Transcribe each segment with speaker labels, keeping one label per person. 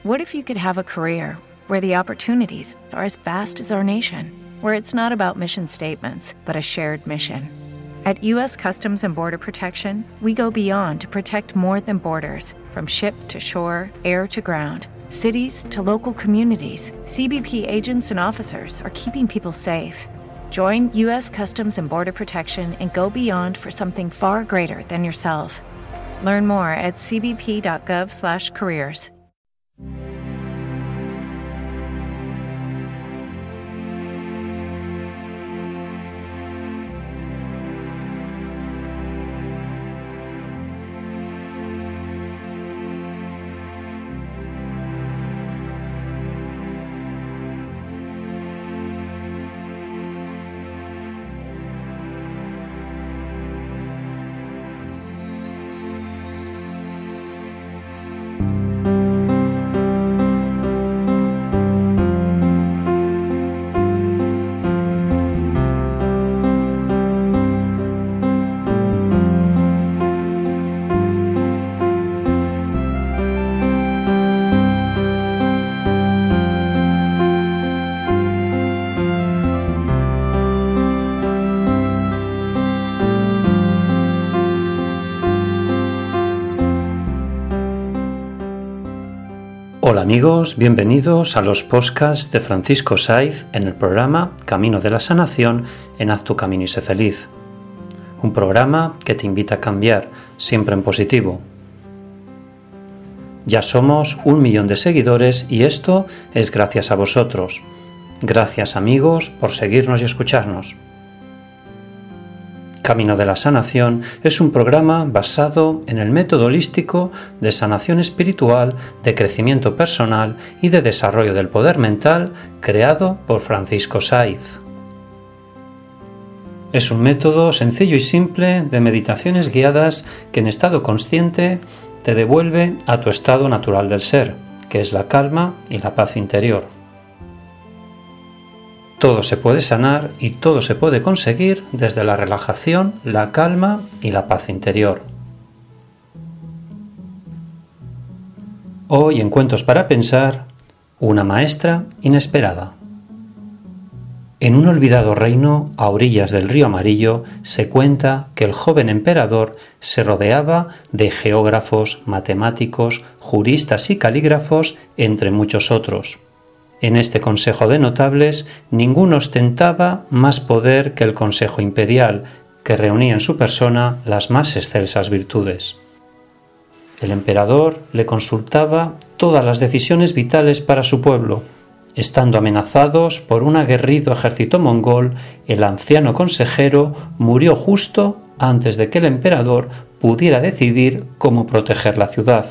Speaker 1: What if you could have a career where the opportunities are as vast as our nation, where it's not about mission statements, but a shared mission? At U.S. Customs and Border Protection, we go beyond to protect more than borders. From ship to shore, air to ground, cities to local communities, CBP agents and officers are keeping people safe. Join U.S. Customs and Border Protection and go beyond for something far greater than yourself. Learn more at cbp.gov/careers.
Speaker 2: Hola amigos, bienvenidos a los podcasts de Francisco Saiz en el programa Camino de la Sanación en Haz tu camino y sé feliz. Un programa que te invita a cambiar, siempre en positivo. Ya somos 1 millón de seguidores y esto es gracias a vosotros. Gracias amigos por seguirnos y escucharnos. Camino de la Sanación es un programa basado en el método holístico de sanación espiritual, de crecimiento personal y de desarrollo del poder mental creado por Francisco Saiz. Es un método sencillo y simple de meditaciones guiadas que en estado consciente te devuelve a tu estado natural del ser, que es la calma y la paz interior. Todo se puede sanar y todo se puede conseguir desde la relajación, la calma y la paz interior. Hoy en Cuentos para Pensar, una maestra inesperada. En un olvidado reino, a orillas del río Amarillo, se cuenta que el joven emperador se rodeaba de geógrafos, matemáticos, juristas y calígrafos, entre muchos otros. En este Consejo de Notables, ninguno ostentaba más poder que el Consejo Imperial, que reunía en su persona las más excelsas virtudes. El emperador le consultaba todas las decisiones vitales para su pueblo. Estando amenazados por un aguerrido ejército mongol, el anciano consejero murió justo antes de que el emperador pudiera decidir cómo proteger la ciudad.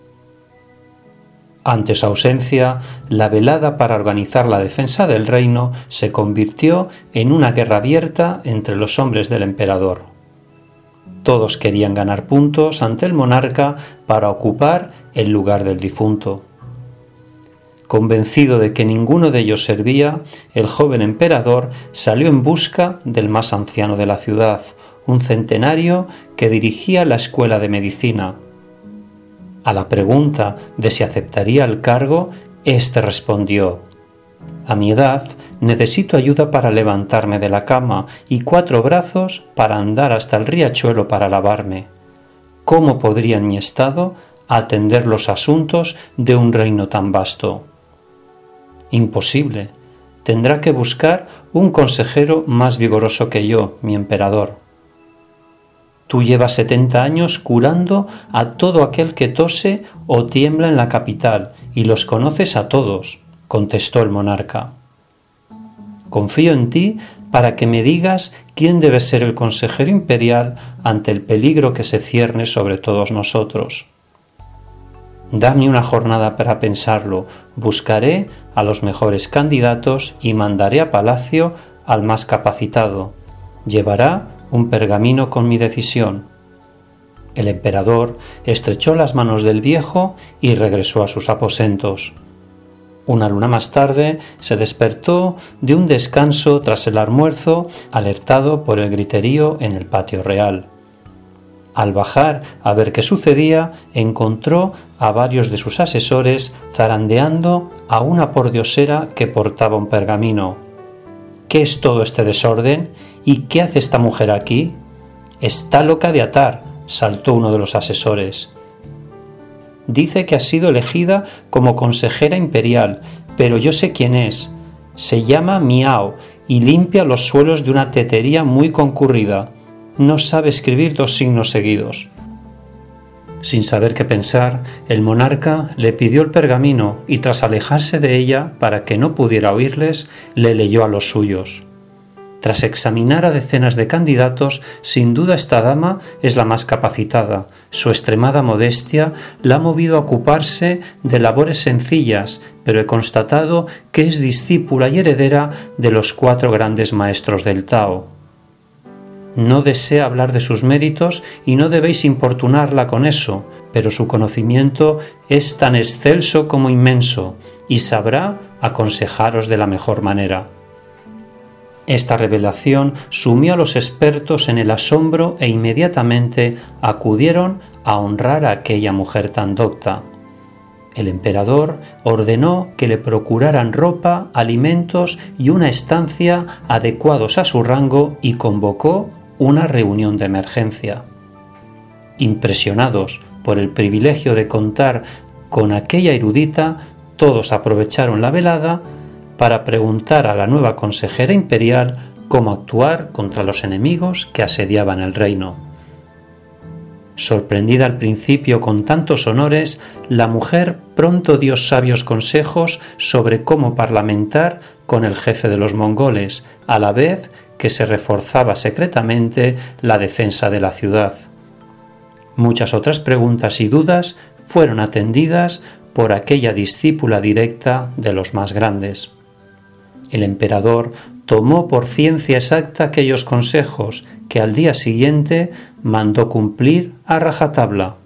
Speaker 2: Ante su ausencia, la velada para organizar la defensa del reino se convirtió en una guerra abierta entre los hombres del emperador. Todos querían ganar puntos ante el monarca para ocupar el lugar del difunto. Convencido de que ninguno de ellos servía, el joven emperador salió en busca del más anciano de la ciudad, un centenario que dirigía la escuela de medicina. A la pregunta de si aceptaría el cargo, éste respondió: «A mi edad necesito ayuda para levantarme de la cama y 4 brazos para andar hasta el riachuelo para lavarme. ¿Cómo podría en mi estado atender los asuntos de un reino tan vasto? Imposible. Tendrá que buscar un consejero más vigoroso que yo, mi emperador. Tú llevas 70 años curando a todo aquel que tose o tiembla en la capital y los conoces a todos», contestó el monarca. «Confío en ti para que me digas quién debe ser el consejero imperial ante el peligro que se cierne sobre todos nosotros. Dame una jornada para pensarlo, buscaré a los mejores candidatos y mandaré a palacio al más capacitado. Llevará un pergamino con mi decisión». El emperador estrechó las manos del viejo y regresó a sus aposentos. Una luna más tarde se despertó de un descanso tras el almuerzo, alertado por el griterío en el patio real. Al bajar a ver qué sucedía, encontró a varios de sus asesores zarandeando a una pordiosera que portaba un pergamino. ¿Qué es todo este desorden? ¿Y qué hace esta mujer aquí? Está loca de atar, saltó uno de los asesores. Dice que ha sido elegida como consejera imperial, pero yo sé quién es. Se llama Miao y limpia los suelos de una tetería muy concurrida. No sabe escribir 2 signos seguidos. Sin saber qué pensar, el monarca le pidió el pergamino y tras alejarse de ella para que no pudiera oírles, le leyó a los suyos. Tras examinar a decenas de candidatos, sin duda esta dama es la más capacitada. Su extremada modestia la ha movido a ocuparse de labores sencillas, pero he constatado que es discípula y heredera de los 4 grandes maestros del Tao. No desea hablar de sus méritos y no debéis importunarla con eso, pero su conocimiento es tan excelso como inmenso y sabrá aconsejaros de la mejor manera. Esta revelación sumió a los expertos en el asombro e inmediatamente acudieron a honrar a aquella mujer tan docta. El emperador ordenó que le procuraran ropa, alimentos y una estancia adecuados a su rango y convocó una reunión de emergencia. Impresionados por el privilegio de contar con aquella erudita, todos aprovecharon la velada para preguntar a la nueva consejera imperial cómo actuar contra los enemigos que asediaban el reino. Sorprendida al principio con tantos honores, la mujer pronto dio sabios consejos sobre cómo parlamentar con el jefe de los mongoles, a la vez que se reforzaba secretamente la defensa de la ciudad. Muchas otras preguntas y dudas fueron atendidas por aquella discípula directa de los más grandes. El emperador tomó por ciencia exacta aquellos consejos que al día siguiente mandó cumplir a rajatabla.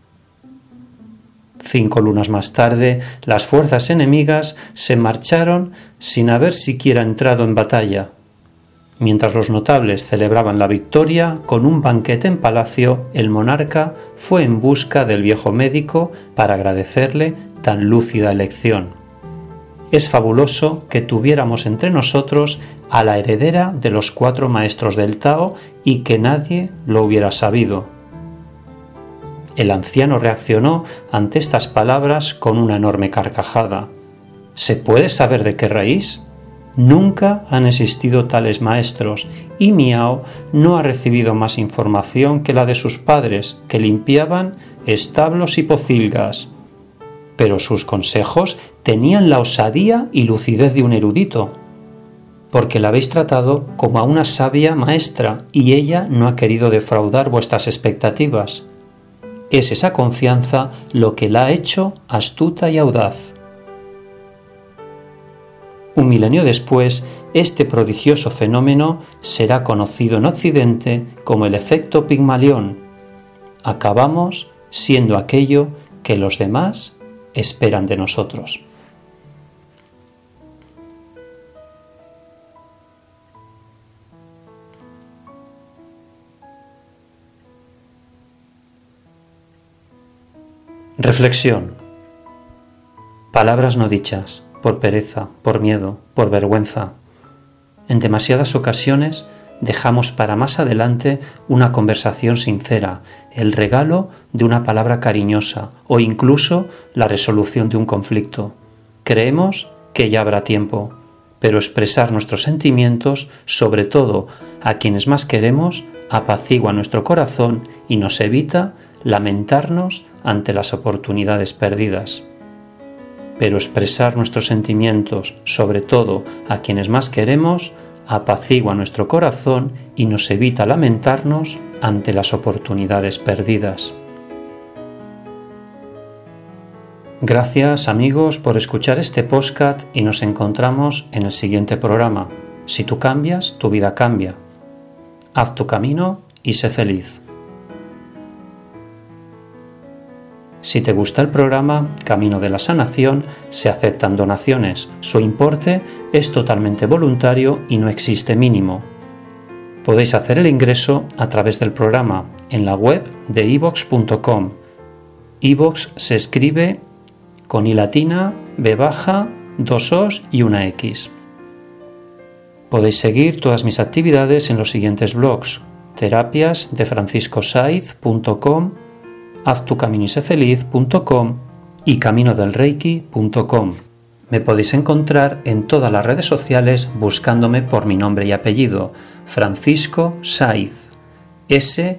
Speaker 2: 5 lunas más tarde, las fuerzas enemigas se marcharon sin haber siquiera entrado en batalla. Mientras los notables celebraban la victoria con un banquete en palacio, el monarca fue en busca del viejo médico para agradecerle tan lúcida elección. Es fabuloso que tuviéramos entre nosotros a la heredera de los 4 maestros del Tao y que nadie lo hubiera sabido. El anciano reaccionó ante estas palabras con una enorme carcajada. ¿Se puede saber de qué raíz? Nunca han existido tales maestros y Miao no ha recibido más información que la de sus padres, que limpiaban establos y pocilgas. Pero sus consejos tenían la osadía y lucidez de un erudito, porque la habéis tratado como a una sabia maestra y ella no ha querido defraudar vuestras expectativas. Es esa confianza lo que la ha hecho astuta y audaz. Un milenio después, este prodigioso fenómeno será conocido en Occidente como el efecto Pigmalión. Acabamos siendo aquello que los demás esperan de nosotros. Reflexión. Palabras no dichas, por pereza, por miedo, por vergüenza. En demasiadas ocasiones dejamos para más adelante una conversación sincera, el regalo de una palabra cariñosa o incluso la resolución de un conflicto. Creemos que ya habrá tiempo, pero expresar nuestros sentimientos, sobre todo a quienes más queremos, apacigua nuestro corazón y nos evita lamentarnos ante las oportunidades perdidas. Pero expresar nuestros sentimientos, sobre todo a quienes más queremos, apacigua nuestro corazón y nos evita lamentarnos ante las oportunidades perdidas. Gracias amigos por escuchar este podcast y nos encontramos en el siguiente programa. Si tú cambias, tu vida cambia. Haz tu camino y sé feliz. Si te gusta el programa Camino de la Sanación, se aceptan donaciones. Su importe es totalmente voluntario y no existe mínimo. Podéis hacer el ingreso a través del programa en la web de iVoox.com. iVoox se escribe con I latina, B baja, 2 O's y una X. Podéis seguir todas mis actividades en los siguientes blogs: terapiasdefranciscosaiz.com, haztucaminosefeliz.com y caminodelreiki.com. Me podéis encontrar en todas las redes sociales buscándome por mi nombre y apellido, Francisco Saiz, S-A-I-Z.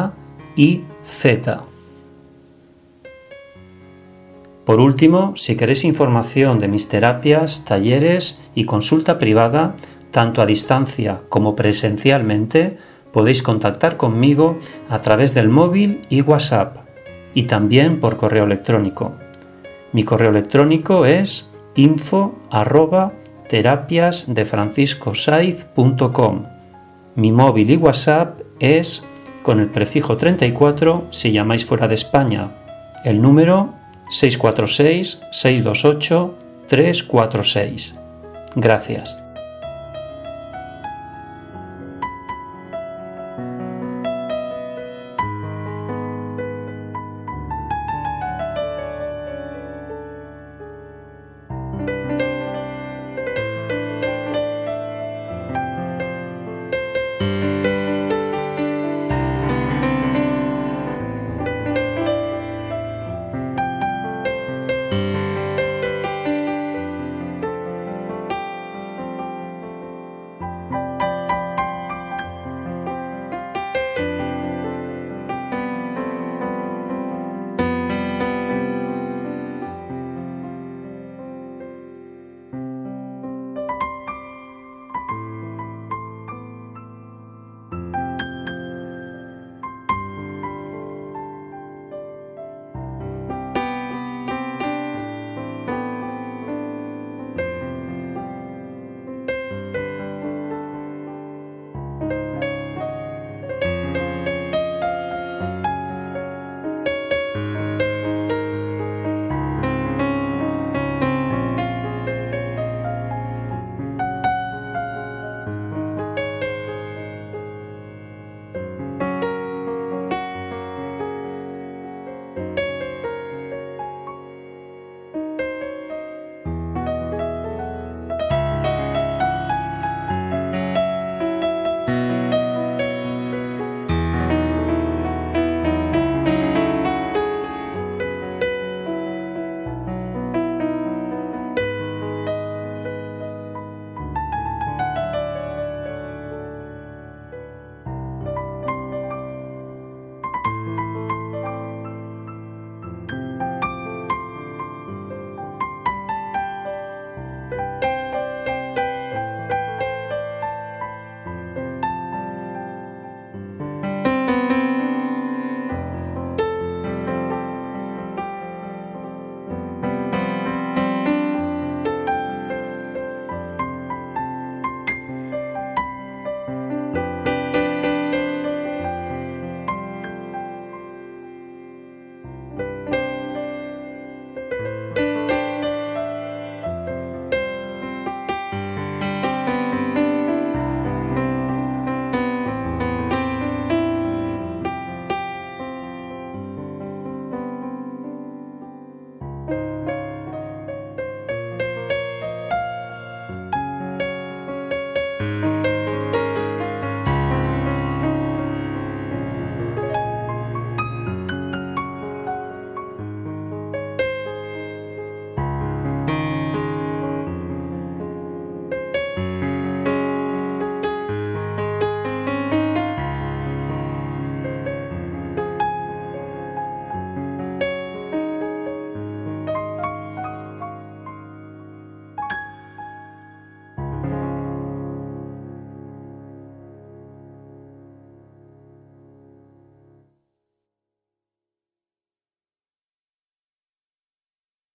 Speaker 2: Por último, si queréis información de mis terapias, talleres y consulta privada, tanto a distancia como presencialmente, podéis contactar conmigo a través del móvil y WhatsApp, y también por correo electrónico. Mi correo electrónico es info@terapiasdefranciscosaiz.com. Mi móvil y WhatsApp es con el prefijo 34 si llamáis fuera de España. El número 646-628-346. Gracias.